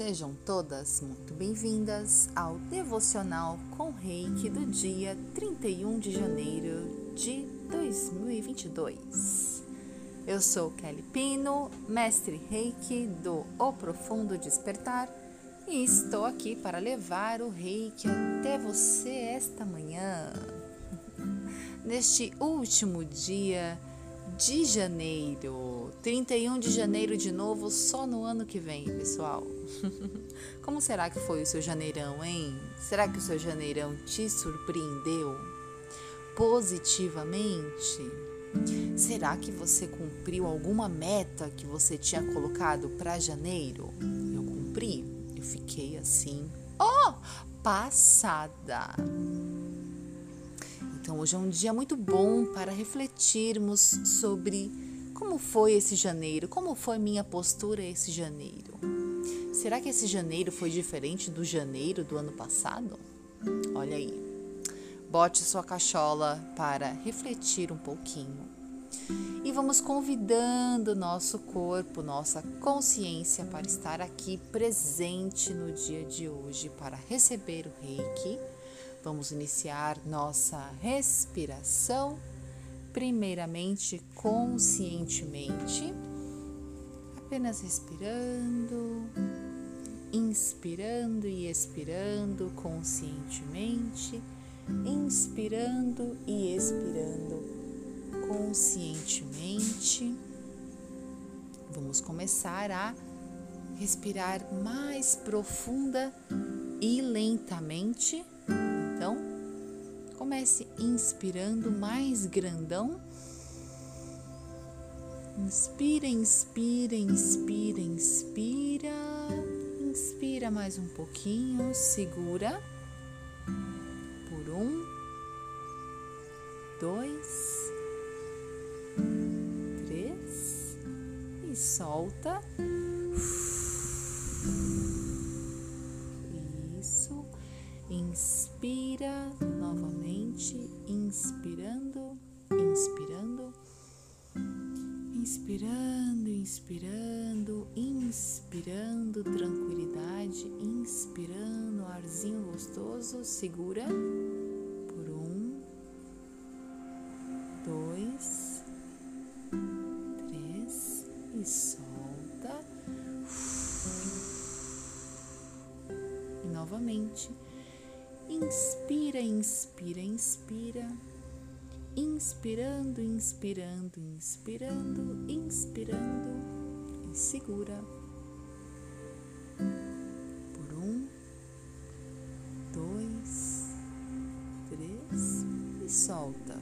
Sejam todas muito bem-vindas ao Devocional com Reiki do dia 31 de janeiro de 2022. Eu sou Kelly Pino, mestre Reiki do O Profundo Despertar e estou aqui para levar o Reiki até você esta manhã, neste último dia de janeiro, 31 de janeiro de novo, só no ano que vem, pessoal. Como será que foi o seu janeirão, hein? Será que o seu janeirão te surpreendeu positivamente? Será que você cumpriu alguma meta que você tinha colocado para janeiro? Eu cumpri, eu fiquei assim, passada! Então, hoje é um dia muito bom para refletirmos sobre como foi esse janeiro, como foi minha postura esse janeiro. Será que esse janeiro foi diferente do janeiro do ano passado? Olha aí, bote sua cachola para refletir um pouquinho. E vamos convidando nosso corpo, nossa consciência para estar aqui presente no dia de hoje para receber o Reiki. Vamos iniciar nossa respiração, primeiramente conscientemente, apenas respirando, inspirando e expirando conscientemente, inspirando e expirando conscientemente. Vamos começar a respirar mais profunda e lentamente. Então, comece inspirando mais grandão. Inspira, inspira, inspira, inspira. Inspira mais um pouquinho, segura. Por 1, 2, 3 e solta. Isso. Inspira novamente, inspirando, inspirando, inspirando, inspirando, inspirando tranquilidade, inspirando arzinho gostoso, segura por 1, 2, 3 e solta. E novamente. Inspira, inspira, inspira, inspirando, inspirando, inspirando, inspirando e segura por 1, 2, 3 e solta.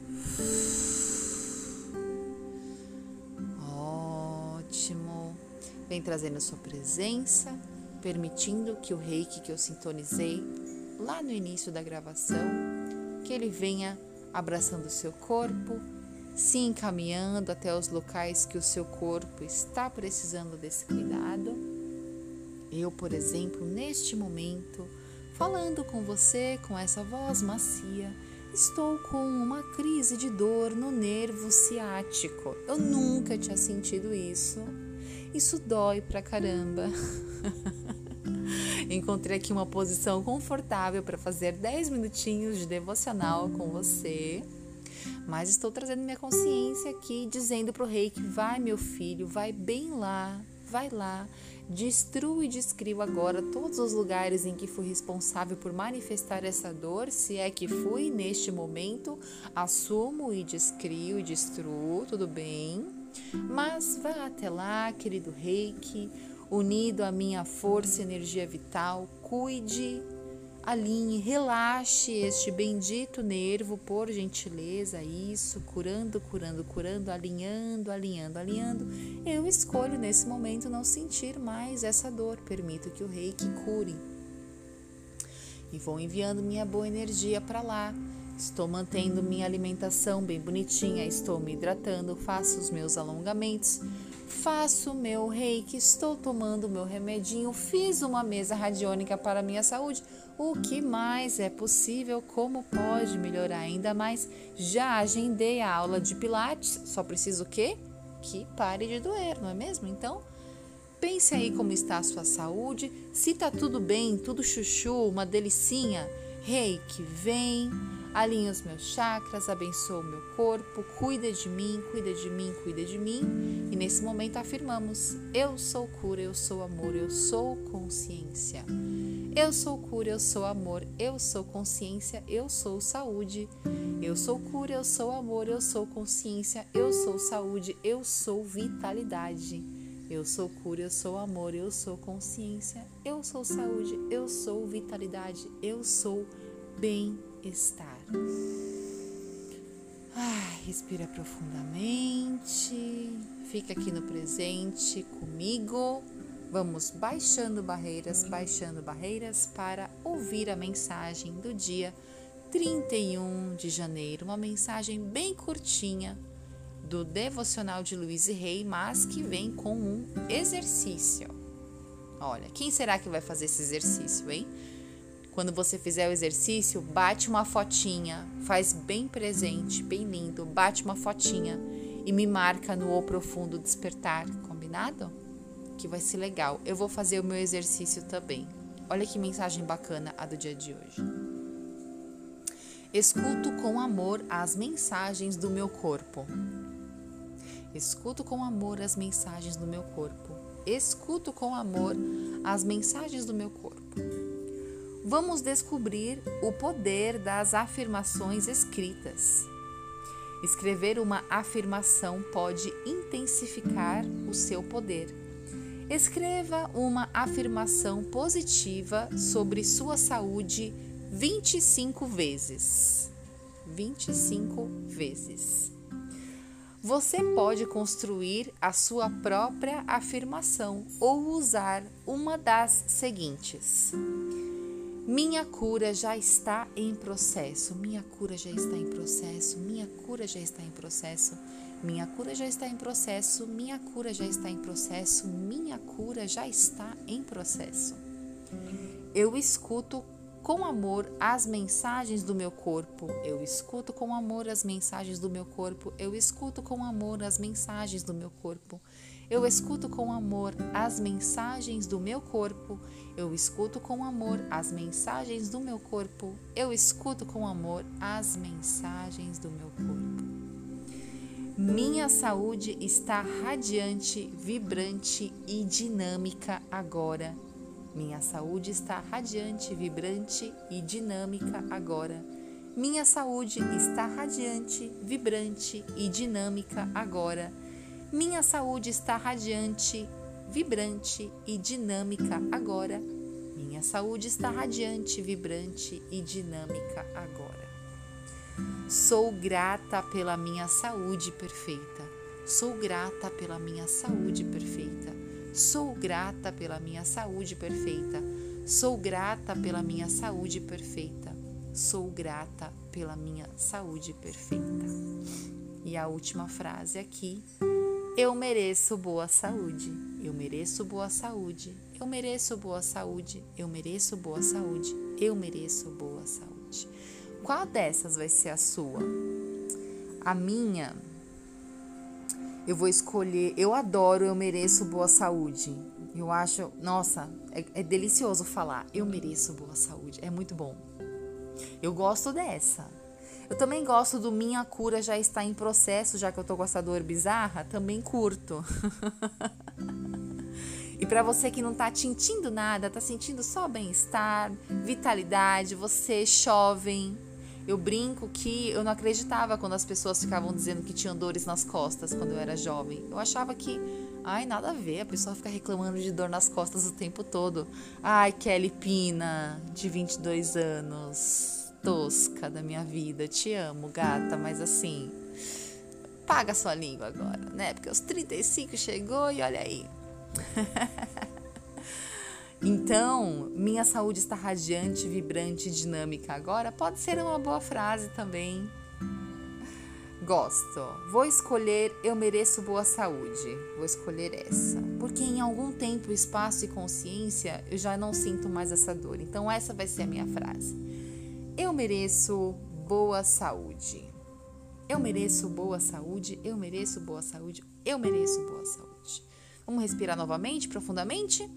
Ótimo! Vem trazendo sua presença, permitindo que o Reiki que eu sintonizei lá no início da gravação, que ele venha abraçando o seu corpo, se encaminhando até os locais que o seu corpo está precisando desse cuidado. Eu, por exemplo, neste momento, falando com você com essa voz macia, estou com uma crise de dor no nervo ciático. Eu nunca tinha sentido isso. Isso dói pra caramba. Encontrei aqui uma posição confortável para fazer 10 minutinhos de devocional com você. Mas estou trazendo minha consciência aqui, dizendo para o Reiki, vai meu filho, vai bem lá, vai lá. Destruo e descrio agora todos os lugares em que fui responsável por manifestar essa dor. Se é que fui neste momento, assumo e descrio e destruo, tudo bem? Mas vá até lá, querido Reiki, unido à minha força e energia vital, cuide, alinhe, relaxe este bendito nervo, por gentileza, isso, curando, curando, curando, alinhando, alinhando, alinhando. Eu escolho nesse momento não sentir mais essa dor, permito que o Reiki cure. E vou enviando minha boa energia para lá. Estou mantendo minha alimentação bem bonitinha, estou me hidratando, faço os meus alongamentos, faço o meu Reiki, estou tomando o meu remedinho, fiz uma mesa radiônica para a minha saúde. O que mais é possível? Como pode melhorar ainda mais? Já agendei a aula de Pilates, só preciso o quê? Que pare de doer, não é mesmo? Então, Pense aí como está a sua saúde. Se tá tudo bem, tudo chuchu, uma delicinha, Reiki, vem, alinha os meus chakras, abençoa o meu corpo, cuida de mim, cuida de mim, cuida de mim. E nesse momento afirmamos: eu sou cura, eu sou amor, eu sou consciência. Eu sou cura, eu sou amor, eu sou consciência, eu sou saúde. Eu sou cura, eu sou amor, eu sou consciência, eu sou saúde, eu sou vitalidade. Eu sou cura, eu sou amor, eu sou consciência, eu sou saúde, eu sou vitalidade, eu sou bem-estar. Respira profundamente, fica aqui no presente comigo. Vamos baixando barreiras para ouvir a mensagem do dia 31 de janeiro, uma mensagem bem curtinha do Devocional de Louise Hay, mas que vem com um exercício. Olha, quem será que vai fazer esse exercício, hein? Quando você fizer o exercício, bate uma fotinha, faz bem presente, bem lindo, bate uma fotinha e me marca no O Profundo Despertar, combinado? Que vai ser legal. Eu vou fazer o meu exercício também. Olha que mensagem bacana a do dia de hoje. Escuto com amor as mensagens do meu corpo. Escuto com amor as mensagens do meu corpo. Escuto com amor as mensagens do meu corpo. Vamos descobrir o poder das afirmações escritas. Escrever uma afirmação pode intensificar o seu poder. Escreva uma afirmação positiva sobre sua saúde 25 vezes. 25 vezes. Você pode construir a sua própria afirmação ou usar uma das seguintes. Minha cura já está em processo. Minha cura já está em processo. Minha cura já está em processo. Minha cura já está em processo. Minha cura já está em processo. Minha cura já está em processo. Eu escuto com amor as mensagens do meu corpo. Eu escuto com amor as mensagens do meu corpo. Eu escuto com amor as mensagens do meu corpo. Eu escuto com amor as mensagens do meu corpo. Eu escuto com amor as mensagens do meu corpo. Eu escuto com amor as mensagens do meu corpo. Minha saúde está radiante, vibrante e dinâmica agora. Minha saúde está radiante, vibrante e dinâmica agora. Minha saúde está radiante, vibrante e dinâmica agora. Minha saúde está radiante, vibrante e dinâmica agora. Minha saúde está radiante, vibrante e dinâmica agora. Sou grata pela minha saúde perfeita. Sou grata pela minha saúde perfeita. Sou grata pela minha saúde perfeita. Sou grata pela minha saúde perfeita. Sou grata pela minha saúde perfeita. E a última frase aqui. Eu mereço boa saúde. Eu mereço boa saúde. Eu mereço boa saúde. Eu mereço boa saúde. Eu mereço boa saúde. Qual dessas vai ser a sua? A minha, eu vou escolher, eu adoro eu mereço boa saúde. Eu acho, nossa, é delicioso falar, eu mereço boa saúde, é muito bom. Eu gosto dessa. Eu também gosto do minha cura já está em processo, já que eu tô com essa dor bizarra, também curto. E para você que não tá sentindo nada, tá sentindo só bem-estar, vitalidade, você jovem. Eu brinco que eu não acreditava quando as pessoas ficavam dizendo que tinham dores nas costas quando eu era jovem. Eu achava que, nada a ver, a pessoa fica reclamando de dor nas costas o tempo todo. Kelly Pina, de 22 anos, tosca da minha vida, te amo, gata, mas assim, paga sua língua agora, né? Porque os 35 chegou e olha aí. Então, minha saúde está radiante, vibrante e dinâmica agora. Pode ser uma boa frase também. Gosto. Vou escolher eu mereço boa saúde. Vou escolher essa. Porque em algum tempo, espaço e consciência, eu já não sinto mais essa dor. Então, essa vai ser a minha frase. Eu mereço boa saúde. Eu mereço boa saúde. Eu mereço boa saúde. Eu mereço boa saúde. Vamos respirar novamente, profundamente.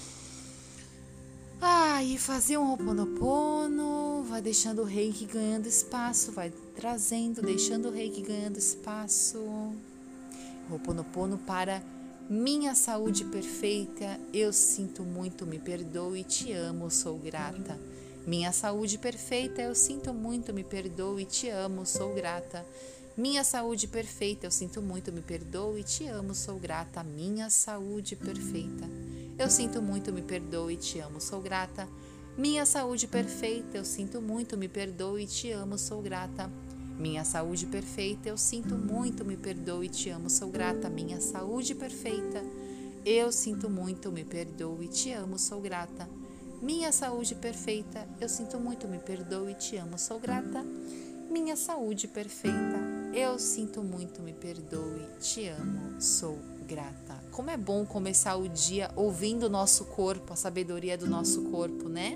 E fazer um Ho'oponopono, vai deixando o Reiki ganhando espaço, vai trazendo, deixando o Reiki ganhando espaço. Ho'oponopono para minha saúde perfeita, eu sinto muito, me perdoe, te amo, sou grata. Minha saúde perfeita, eu sinto muito, me perdoe, te amo, sou grata. Minha saúde perfeita, eu sinto muito, me perdoe, te amo, sou grata. Minha saúde perfeita, eu sinto muito, me perdoe, te amo, sou grata. Minha saúde perfeita, eu sinto muito, me perdoe, te amo, sou grata. Minha saúde perfeita, eu sinto muito, me perdoe, te amo, sou grata. Minha saúde perfeita, eu sinto muito, me perdoe, te amo, sou grata. Minha saúde perfeita, eu sinto muito, me perdoe, te amo, sou grata. Minha saúde perfeita, eu sinto muito, me perdoe, te amo, sou grata. Como é bom começar o dia ouvindo o nosso corpo, a sabedoria do nosso corpo, né?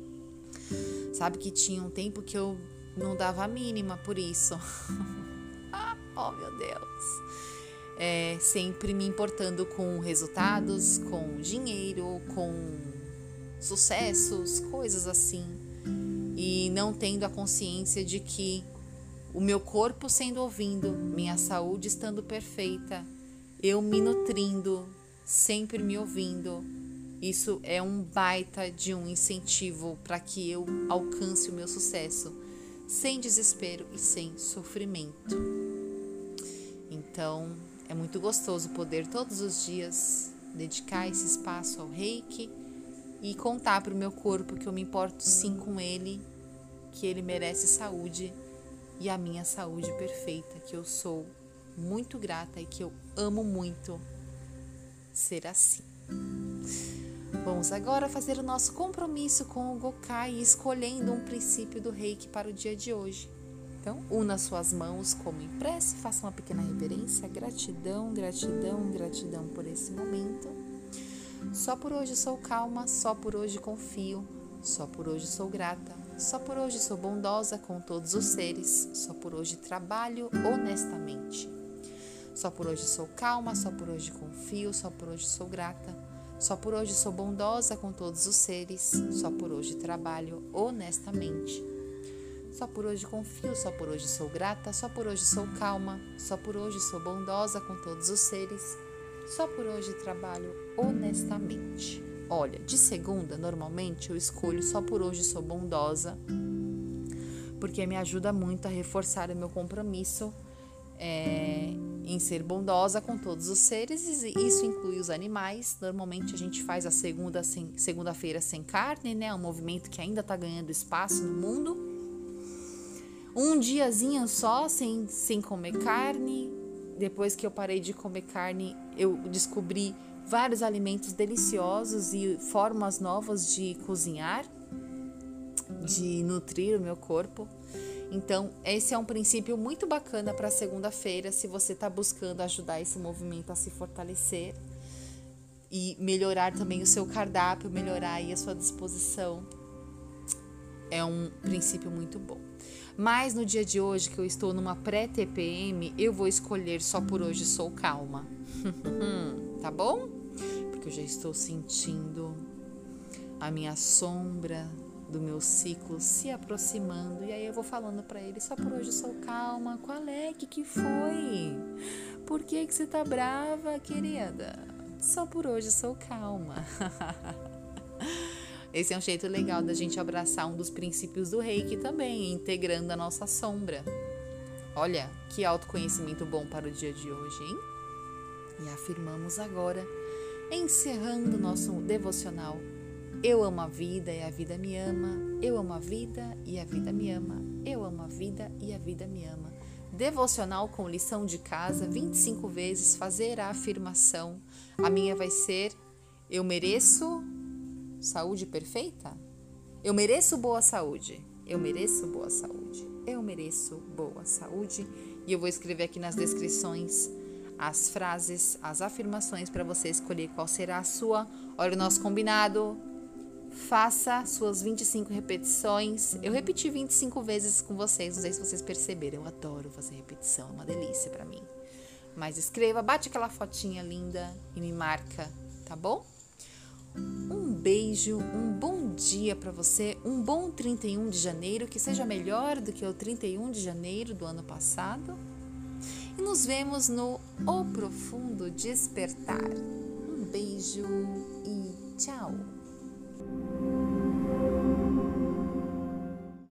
Sabe que tinha um tempo que eu não dava a mínima por isso. Oh, meu Deus. Sempre me importando com resultados, com dinheiro, com sucessos, coisas assim. E não tendo a consciência de que o meu corpo sendo ouvido, minha saúde estando perfeita, eu me nutrindo, sempre me ouvindo, isso é um baita de um incentivo para que eu alcance o meu sucesso, sem desespero e sem sofrimento. Então, é muito gostoso poder todos os dias dedicar esse espaço ao Reiki e contar para o meu corpo que eu me importo sim com ele, que ele merece saúde e a minha saúde perfeita, que eu sou muito grata e que eu amo muito ser assim. Vamos agora fazer o nosso compromisso com o Gokai, escolhendo um princípio do Reiki para o dia de hoje. Então, una suas mãos como em prece, faça uma pequena reverência, gratidão, gratidão, gratidão por esse momento. Só por hoje sou calma, só por hoje confio, só por hoje sou grata, só por hoje sou bondosa com todos os seres, só por hoje trabalho honestamente. Só por hoje sou calma, só por hoje confio, só por hoje sou grata, só por hoje sou bondosa com todos os seres, só por hoje trabalho honestamente. Só por hoje confio, só por hoje sou grata, só por hoje sou calma, só por hoje sou bondosa com todos os seres, só por hoje trabalho honestamente. Olha, de segunda, normalmente eu escolho só por hoje sou bondosa, porque me ajuda muito a reforçar o meu compromisso em ser bondosa com todos os seres, e isso inclui os animais. Normalmente a gente faz a segunda-feira sem carne, né? Um movimento que ainda está ganhando espaço no mundo. Um diazinho só sem comer carne. Depois que eu parei de comer carne, eu descobri vários alimentos deliciosos e formas novas de cozinhar, de nutrir o meu corpo. Então, esse é um princípio muito bacana para segunda-feira, se você está buscando ajudar esse movimento a se fortalecer e melhorar também o seu cardápio, melhorar aí a sua disposição. É um princípio muito bom. Mas no dia de hoje, que eu estou numa pré-TPM, eu vou escolher só por hoje sou calma. Tá bom? Porque eu já estou sentindo a minha sombra do meu ciclo se aproximando, e aí eu vou falando para ele, só por hoje sou calma. Qual é? Que foi? Por que você tá brava, querida? Só por hoje sou calma. Esse é um jeito legal da gente abraçar um dos princípios do Reiki também, integrando a nossa sombra. Olha, que autoconhecimento bom para o dia de hoje, hein? E afirmamos agora, encerrando o nosso devocional. Eu amo a vida e a vida me ama. Eu amo a vida e a vida me ama. Eu amo a vida e a vida me ama. Devocional com lição de casa, 25 vezes fazer a afirmação. A minha vai ser: eu mereço saúde perfeita? Eu mereço boa saúde. Eu mereço boa saúde. Eu mereço boa saúde. E eu vou escrever aqui nas descrições as frases, as afirmações para você escolher qual será a sua. Olha o nosso combinado. Faça suas 25 repetições. Eu repeti 25 vezes com vocês, não sei se vocês perceberam. Eu adoro fazer repetição, é uma delícia para mim. Mas escreva, bate aquela fotinha linda e me marca, tá bom? Um beijo, um bom dia para você, um bom 31 de janeiro, que seja melhor do que o 31 de janeiro do ano passado. E nos vemos no O Profundo Despertar. Um beijo e tchau!